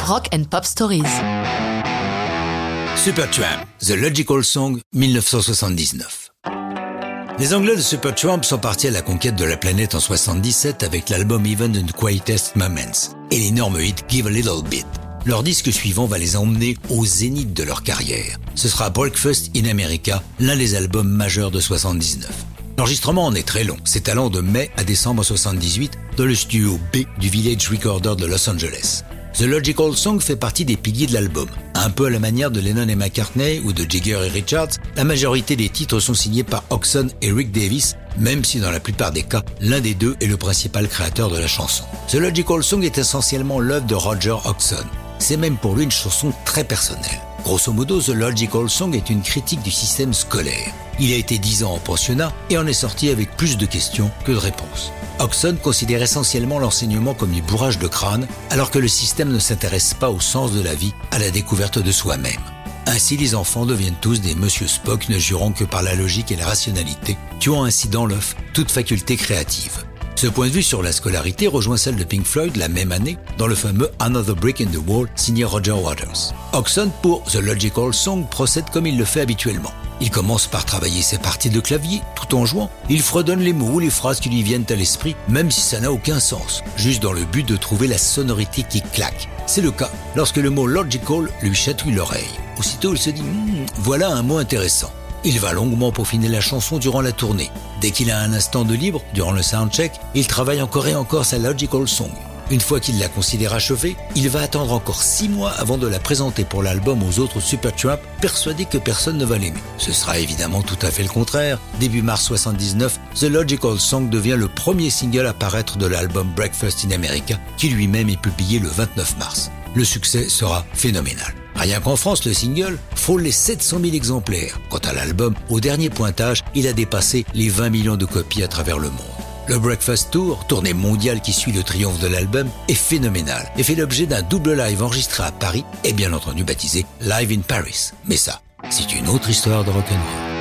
Rock and Pop Stories. Supertramp, The Logical Song, 1979. Les Anglais de Supertramp sont partis à la conquête de la planète en 77 avec l'album Even in the Quietest Moments et l'énorme hit Give a Little Bit. Leur disque suivant va les emmener au zénith de leur carrière. Ce sera Breakfast in America, l'un des albums majeurs de 79. L'enregistrement en est très long, c'est allant de mai à décembre 78 dans le studio B du Village Recorder de Los Angeles. The Logical Song fait partie des piliers de l'album. Un peu à la manière de Lennon et McCartney ou de Jagger et Richards, la majorité des titres sont signés par Hodgson et Rick Davies, même si dans la plupart des cas, l'un des deux est le principal créateur de la chanson. The Logical Song est essentiellement l'œuvre de Roger Hodgson. C'est même pour lui une chanson très personnelle. Grosso modo, The Logical Song est une critique du système scolaire. Il a été 10 ans en pensionnat et en est sorti avec plus de questions que de réponses. Hodgson considère essentiellement l'enseignement comme du bourrage de crâne, alors que le système ne s'intéresse pas au sens de la vie, à la découverte de soi-même. Ainsi, les enfants deviennent tous des Monsieur Spock ne jurant que par la logique et la rationalité, tuant ainsi dans l'œuf toute faculté créative. Ce point de vue sur la scolarité rejoint celle de Pink Floyd la même année dans le fameux Another Brick in the Wall signé Roger Waters. Hodgson, pour The Logical Song, procède comme il le fait habituellement. Il commence par travailler ses parties de clavier, tout en jouant. Il fredonne les mots ou les phrases qui lui viennent à l'esprit, même si ça n'a aucun sens, juste dans le but de trouver la sonorité qui claque. C'est le cas lorsque le mot logical lui chatouille l'oreille. Aussitôt, il se dit « voilà un mot intéressant ». Il va longuement peaufiner la chanson durant la tournée. Dès qu'il a un instant de libre, durant le soundcheck, il travaille encore et encore sa Logical Song. Une fois qu'il la considère achevée, il va attendre encore 6 mois avant de la présenter pour l'album aux autres Supertramp, persuadé que personne ne va l'aimer. Ce sera évidemment tout à fait le contraire. Début mars 79, The Logical Song devient le premier single à paraître de l'album Breakfast in America, qui lui-même est publié le 29 mars. Le succès sera phénoménal. Rien qu'en France, le single frôle les 700 000 exemplaires. Quant à l'album, au dernier pointage, il a dépassé les 20 millions de copies à travers le monde. Le Breakfast Tour, tournée mondiale qui suit le triomphe de l'album, est phénoménal et fait l'objet d'un double live enregistré à Paris et bien entendu baptisé Live in Paris. Mais ça, c'est une autre histoire de rock'n'roll.